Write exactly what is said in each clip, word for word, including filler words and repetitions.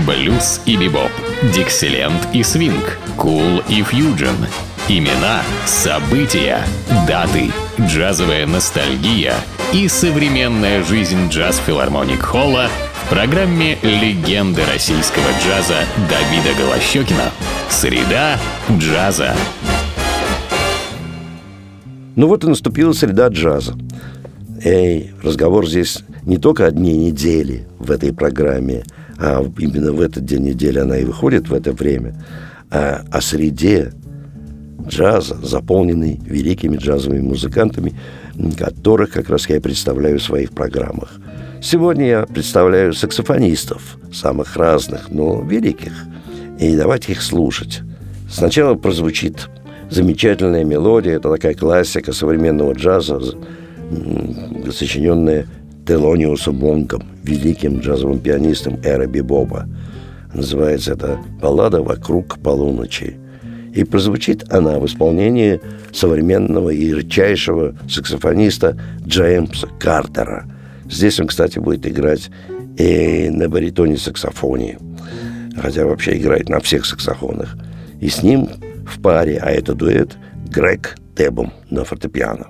Блюз и бибоп, диксиленд и свинг, кул и фьюджен. Имена, события, даты, джазовая ностальгия и современная жизнь джаз-филармоник Холла в программе «Легенды российского джаза» Давида Голощёкина. Среда джаза. Ну вот и наступила среда джаза. Эй, разговор здесь не только о дне недели в этой программе, а именно в этот день недели она и выходит в это время, а о среде джаза, заполненный великими джазовыми музыкантами, которых как раз я и представляю в своих программах. Сегодня я представляю саксофонистов, самых разных, но великих. И давайте их слушать. Сначала прозвучит замечательная мелодия, это такая классика современного джаза, сочиненная Телониусом Монком, великим джазовым пианистом эры бибопа. Называется это «Баллада вокруг полуночи». И прозвучит она в исполнении современного и ярчайшего саксофониста Джеймса Картера. Здесь он, кстати, будет играть и на баритоне-саксофоне, хотя вообще играет на всех саксофонах. И с ним в паре, а это дуэт, Грег Тебом на фортепиано.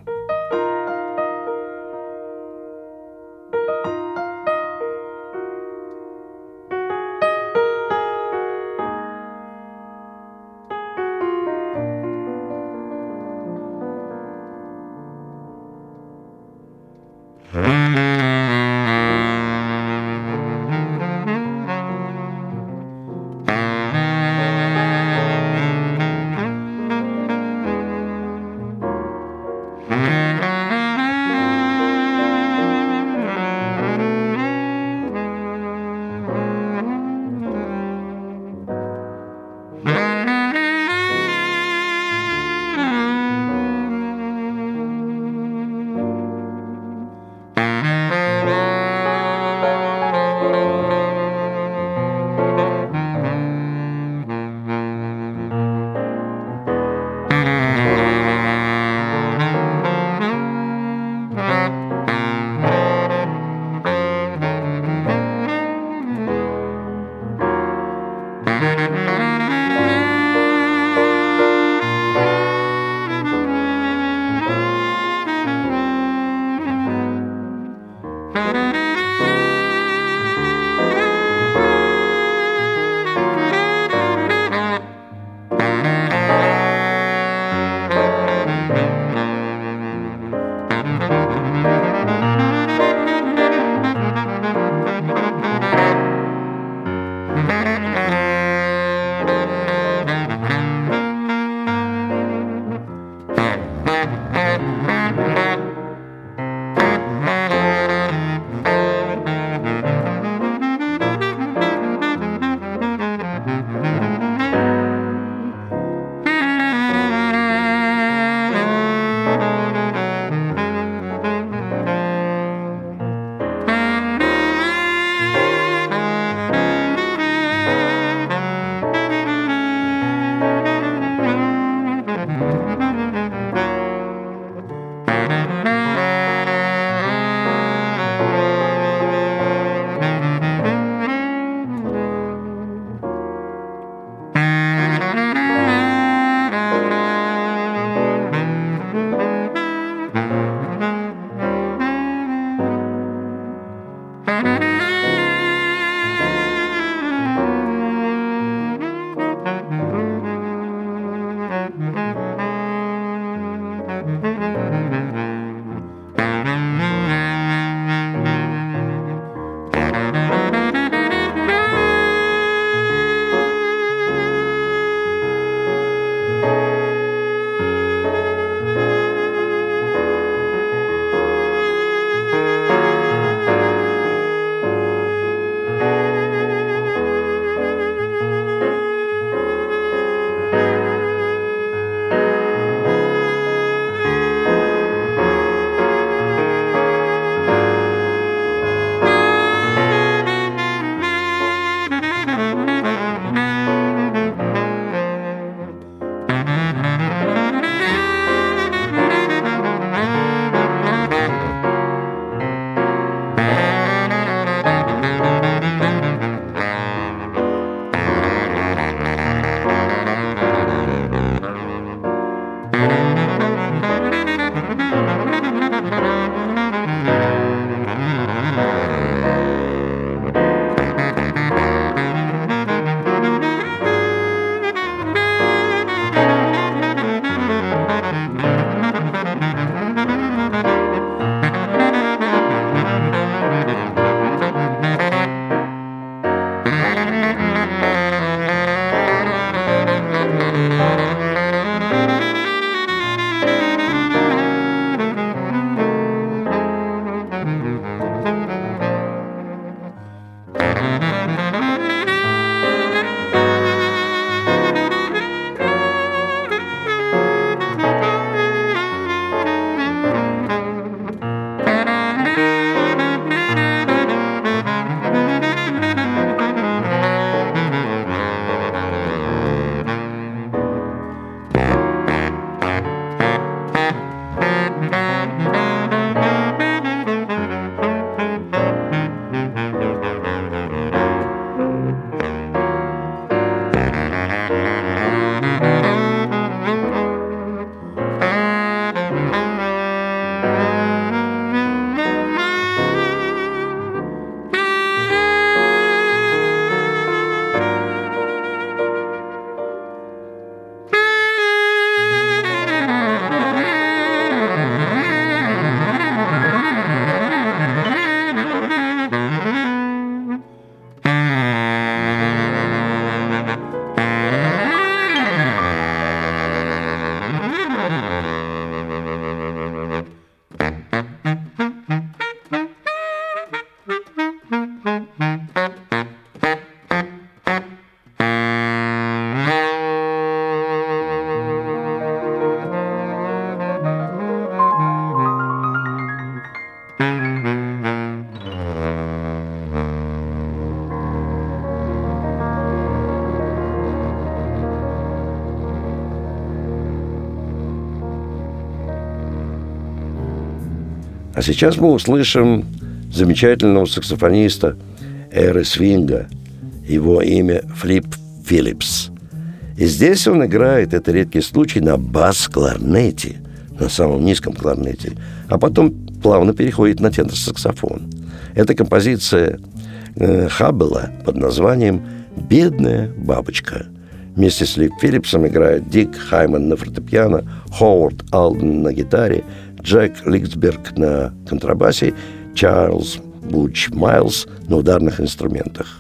А сейчас мы услышим замечательного саксофониста эры свинга. Его имя Флип Филлипс. И здесь он играет, это редкий случай, на бас-кларнете, на самом низком кларнете, а потом плавно переходит на тенор-саксофон. Это композиция э, Хаббела под названием «Бедная бабочка». Вместе с Флип Филлипсом играют Дик Хайман на фортепиано, Ховард Алден на гитаре, Джек Ликсберг на контрабасе, Чарльз Буч Майлз на ударных инструментах.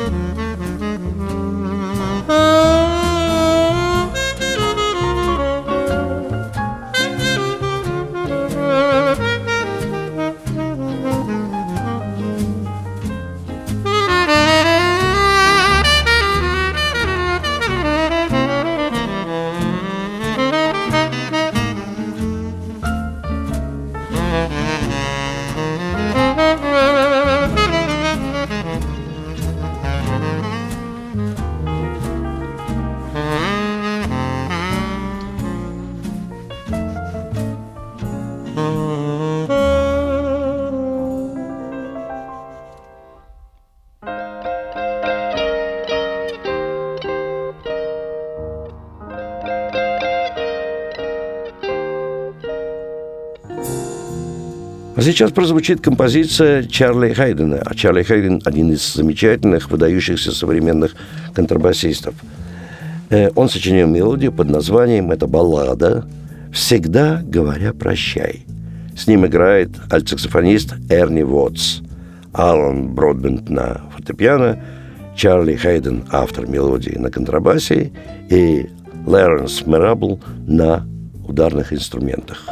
А сейчас прозвучит композиция Чарли Хайдена. А Чарли Хайден – один из замечательных, выдающихся современных контрабасистов. Он сочинил мелодию под названием, это баллада «Всегда говоря прощай». С ним играет альтсаксофонист Эрни Уотс, Алан Бродбент на фортепиано, Чарли Хайден – автор мелодии на контрабасе, и Лоренс Мерабл на ударных инструментах.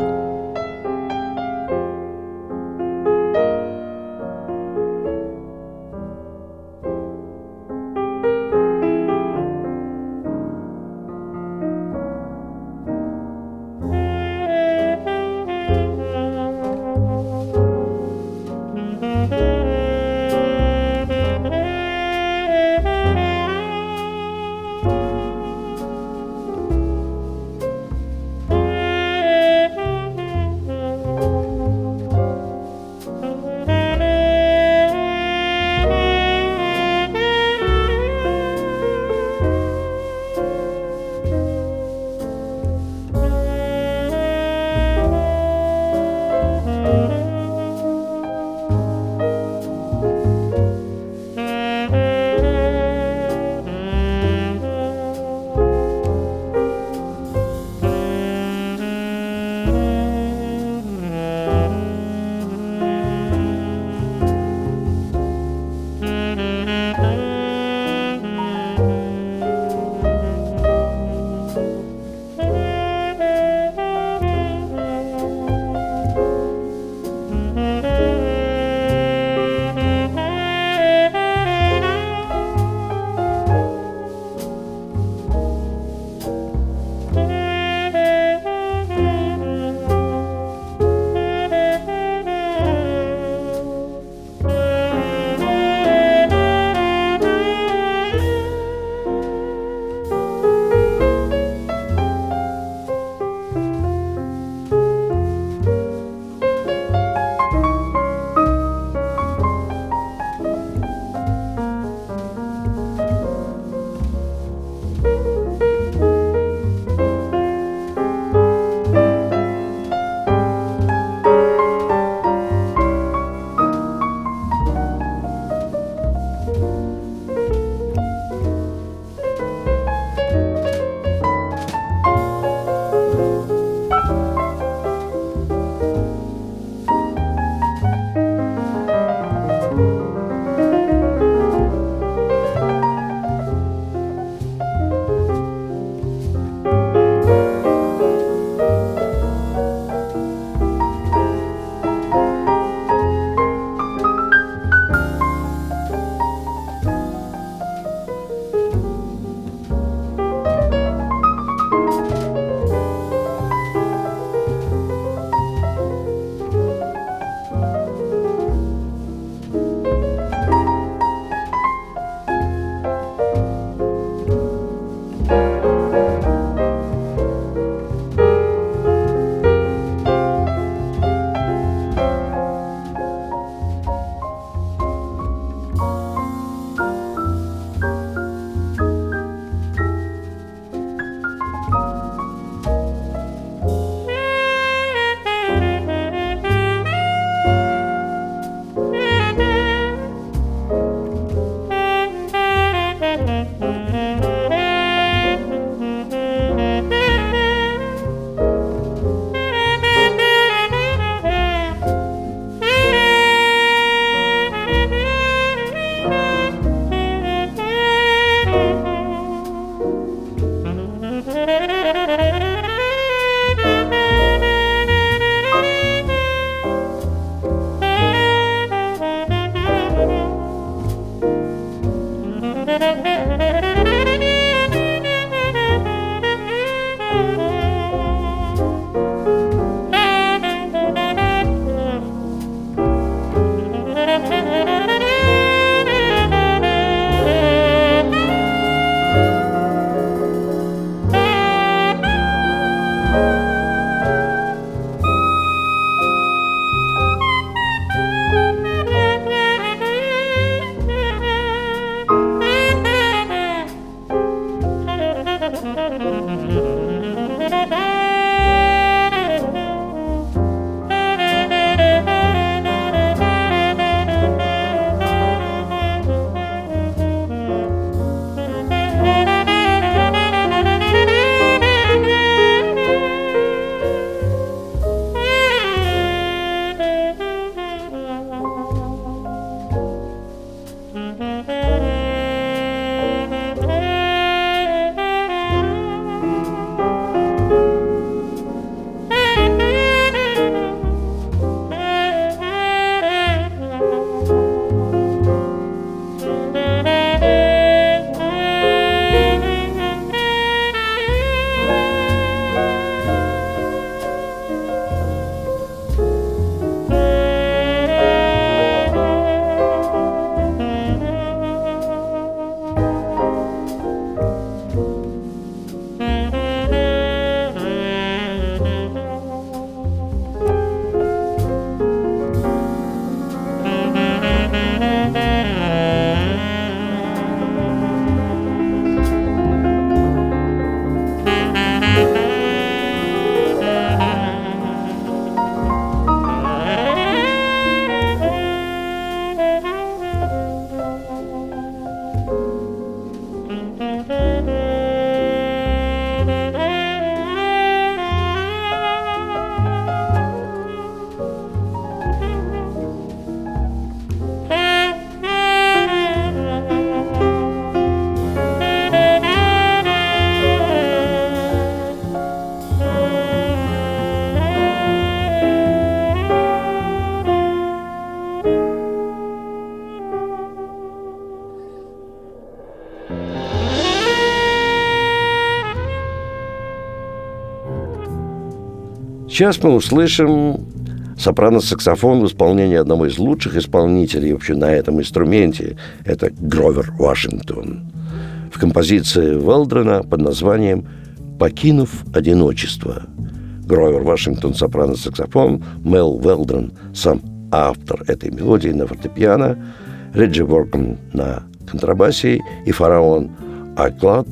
Сейчас мы услышим сопрано-саксофон в исполнении одного из лучших исполнителей вообще на этом инструменте. Это Гровер Вашингтон. В композиции Велдрена под названием «Покинув одиночество». Гровер Вашингтон, сопрано-саксофон, Мел Велдрен, сам автор этой мелодии на фортепиано, Реджи Воркман на контрабасе и фараон Аклатв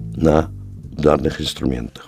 на ударных инструментах.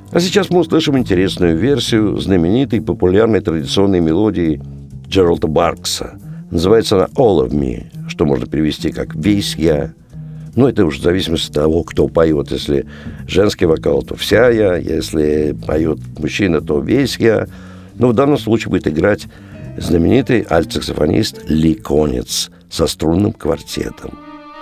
А сейчас мы услышим интересную версию знаменитой популярной традиционной мелодии Джеральда Баркса. Называется она «All of Me», что можно перевести как «Весь я». Ну, это уже в зависимости от того, кто поет. Если женский вокал, то «Вся я», если поет мужчина, то «Весь я». Но в данном случае будет играть знаменитый альт-саксофонист Ли Конец со струнным квартетом.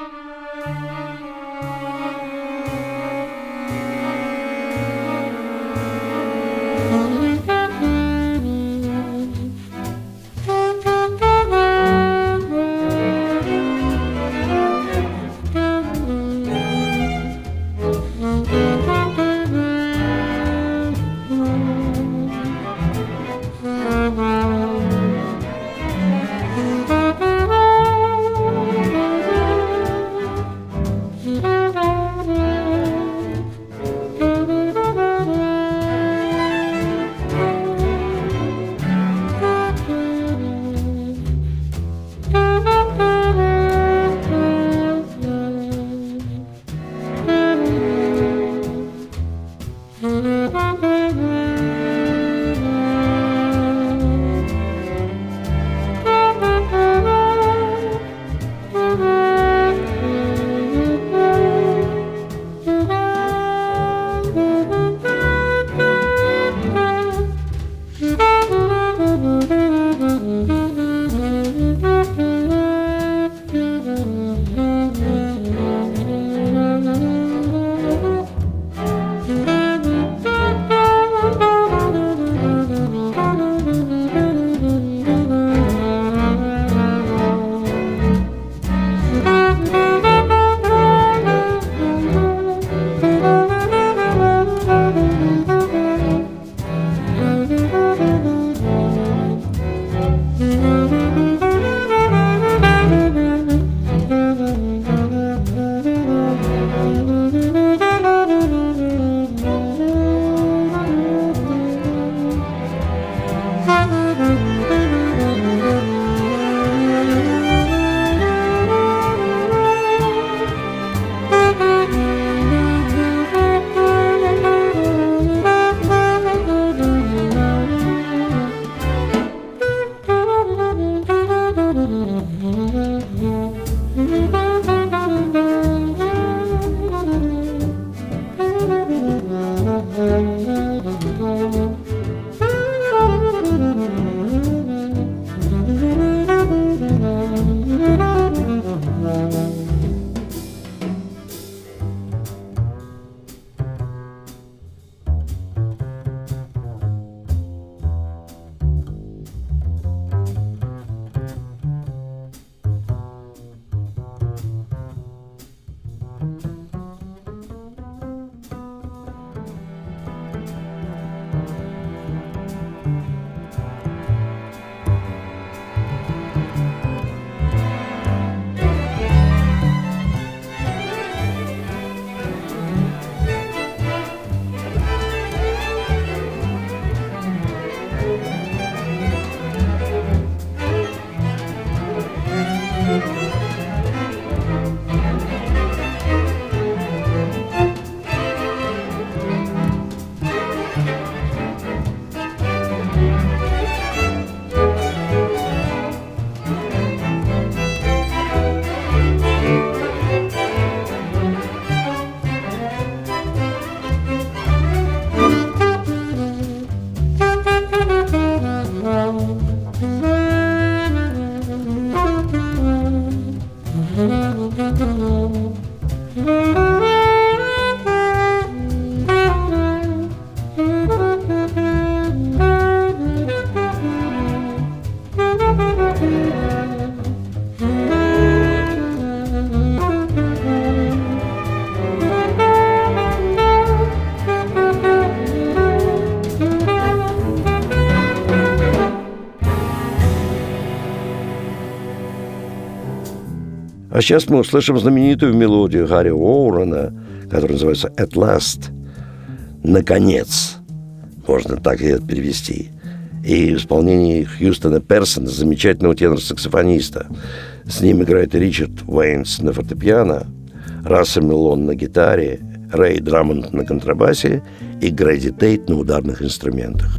А сейчас мы услышим знаменитую мелодию Гарри Уоррена, которая называется «At Last». «Наконец». Можно так ее перевести. И в исполнении Хьюстона Персона, замечательного тенор-саксофониста. С ним играет Ричард Уэйнс на фортепиано, Рассел Мелон на гитаре, Рэй Драмонд на контрабасе и Грэди Тейт на ударных инструментах.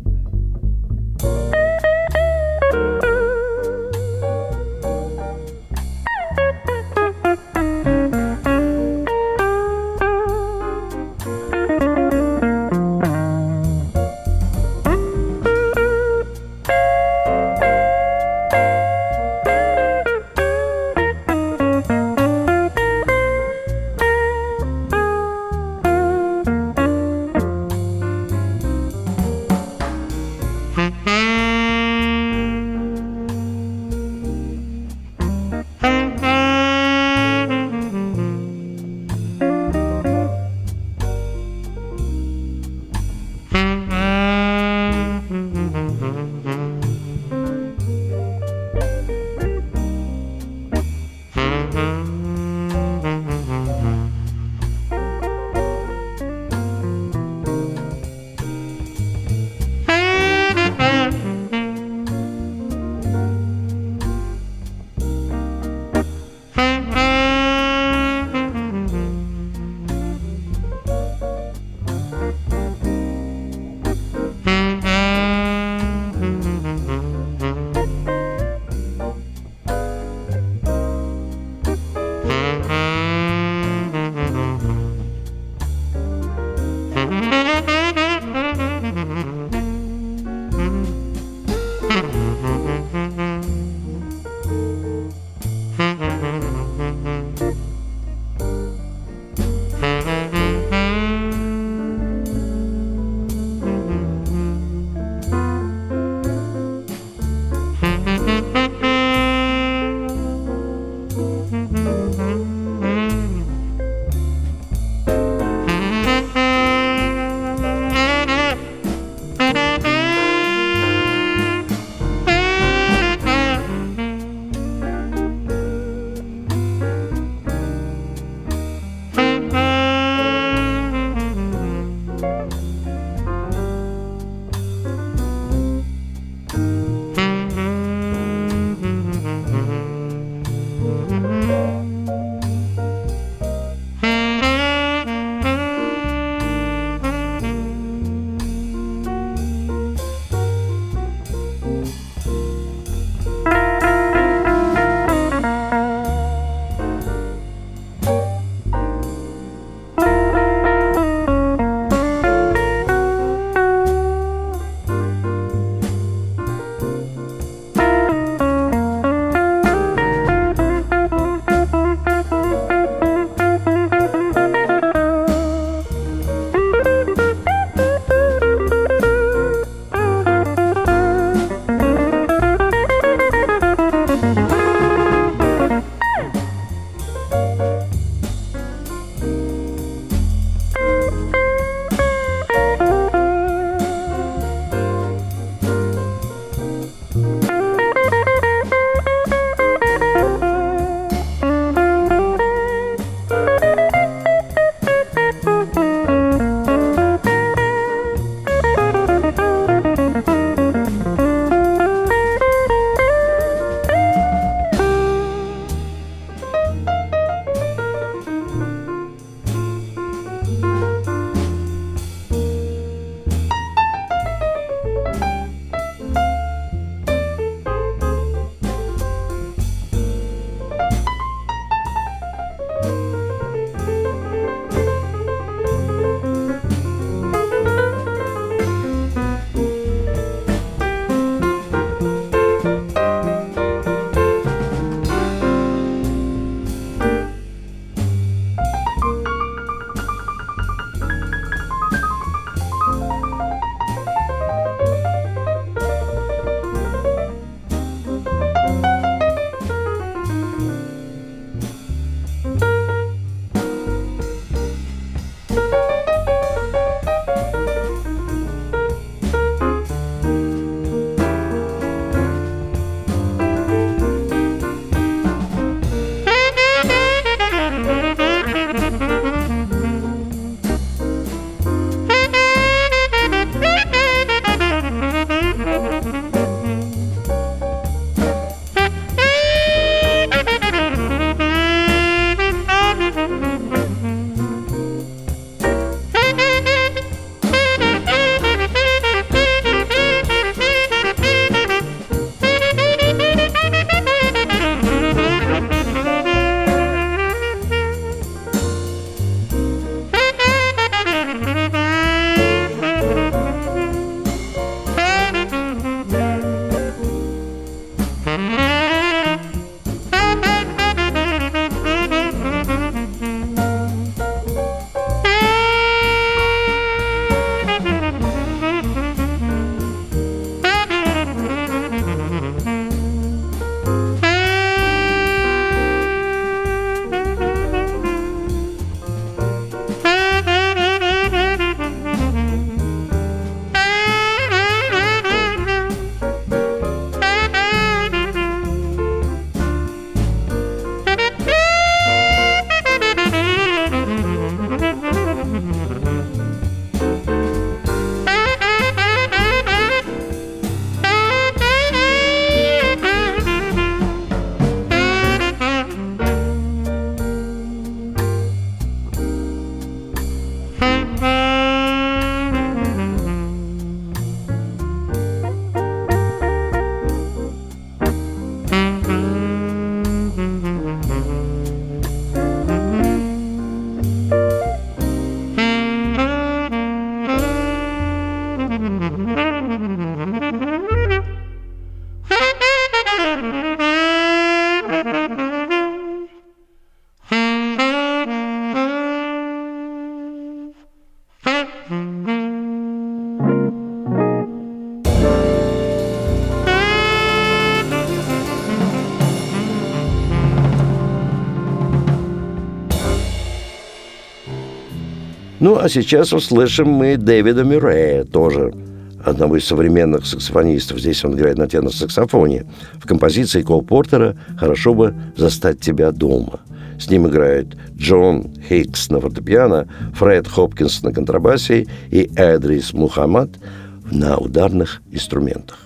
Ну, а сейчас услышим мы Дэвида Мюррея, тоже одного из современных саксофонистов. Здесь он играет на тенор-саксофоне. В композиции Кол Портера «Хорошо бы застать тебя дома». С ним играют Джон Хикс на фортепиано, Фред Хопкинс на контрабасе и Эдрис Мухаммад на ударных инструментах.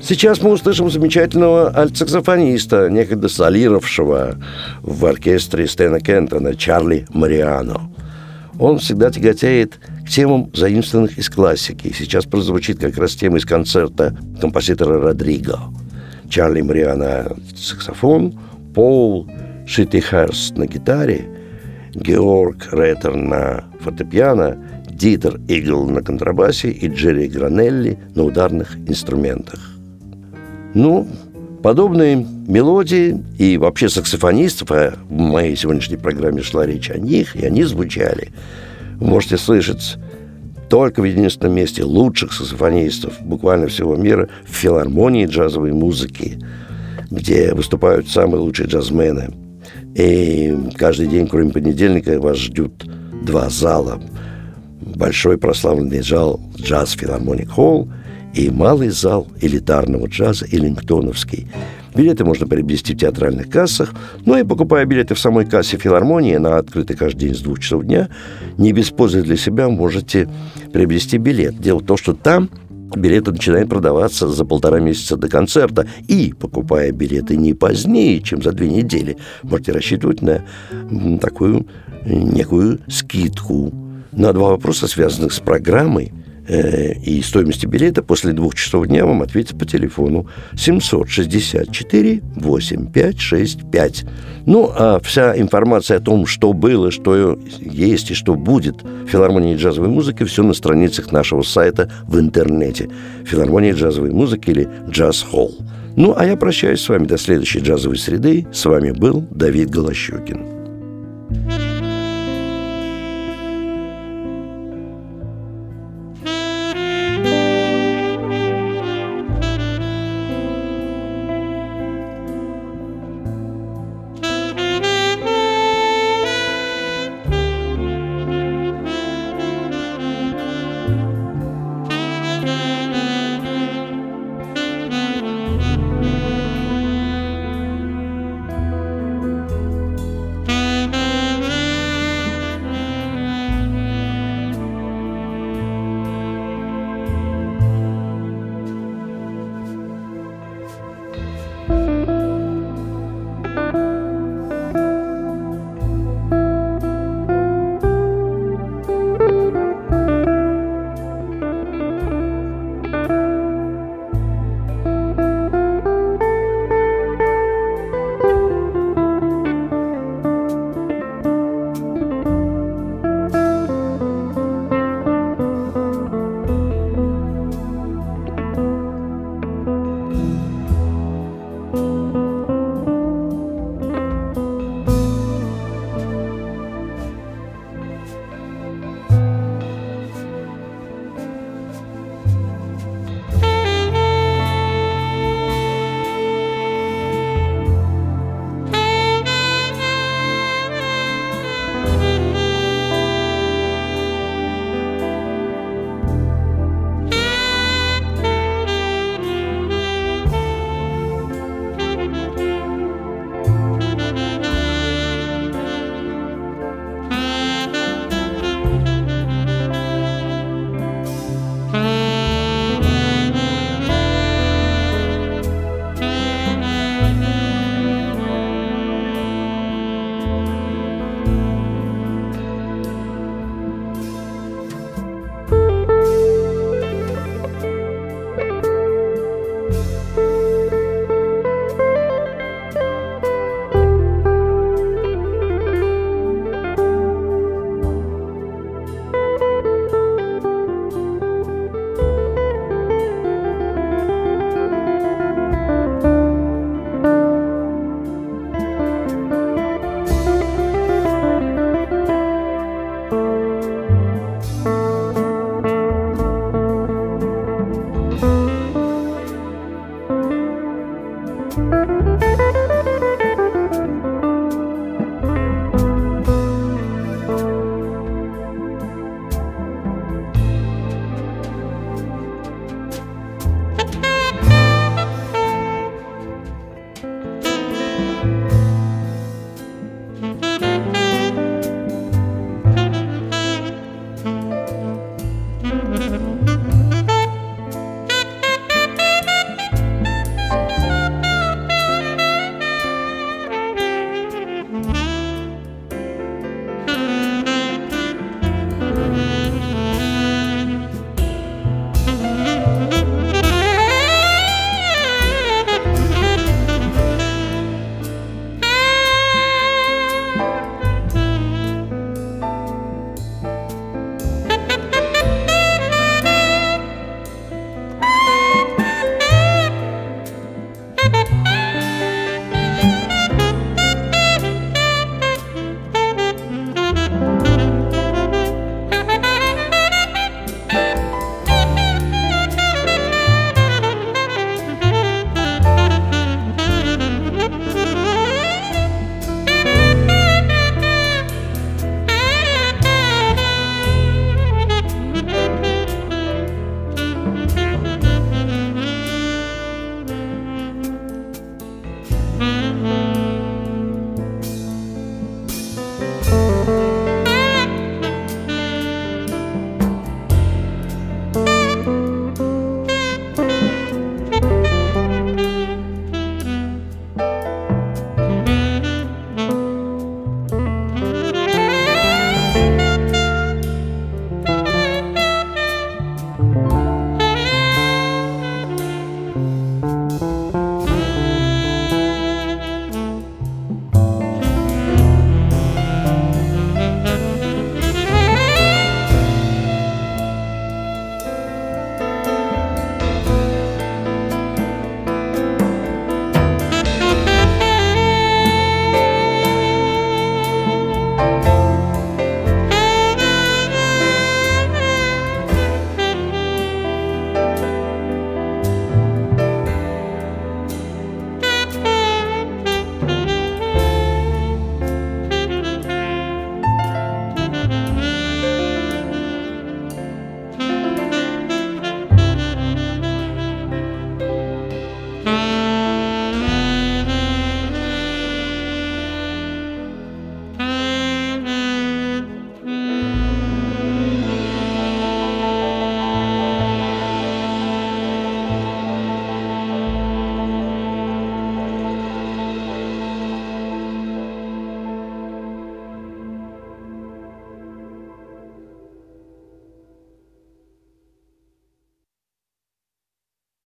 Сейчас мы услышим замечательного альтсаксофониста, некогда солировавшего в оркестре Стэна Кентона, Чарли Мариано. Он всегда тяготеет к темам, заимствованных из классики. Сейчас прозвучит как раз тема из концерта композитора Родриго. Чарли Мариано – саксофон, Пол Шиттихерст на гитаре, Георг Реттер на фортепиано, Дитер Игл на контрабасе и Джерри Гранелли на ударных инструментах. Ну, подобные мелодии и вообще саксофонистов, а в моей сегодняшней программе шла речь о них, и они звучали. Вы можете слышать только в единственном месте лучших саксофонистов буквально всего мира в филармонии джазовой музыки, где выступают самые лучшие джазмены. И каждый день, кроме понедельника, вас ждут два зала. Большой прославленный зал «Джаз Филармоник Холл» и малый зал элитарного джаза «Эллингтоновский». Билеты можно приобрести в театральных кассах, но и покупая билеты в самой кассе филармонии, она открыта каждый день с двух часов дня, не без пользы для себя можете приобрести билет. Дело в том, что там билеты начинают продаваться за полтора месяца до концерта, и, покупая билеты не позднее, чем за две недели, можете рассчитывать на такую некую скидку. На два вопроса, связанных с программой э, и стоимостью билета, после двух часов дня вам ответят по телефону семьсот шестьдесят четыре восемьдесят пять шестьдесят пять. Ну, а вся информация о том, что было, что есть и что будет в филармонии джазовой музыки, все на страницах нашего сайта в интернете. Филармония джазовой музыки или Джаз Холл. Ну, а я прощаюсь с вами до следующей джазовой среды. С вами был Давид Голощёкин.